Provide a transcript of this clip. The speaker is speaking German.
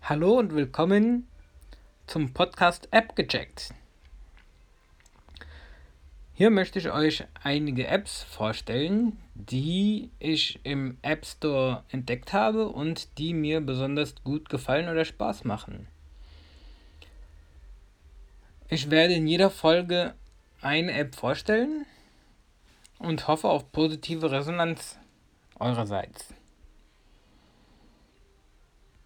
Hallo und willkommen zum Podcast App gecheckt. Hier möchte ich euch einige Apps vorstellen, die ich im App Store entdeckt habe und die mir besonders gut gefallen oder Spaß machen. Ich werde in jeder Folge eine App vorstellen und hoffe auf positive Resonanz eurerseits.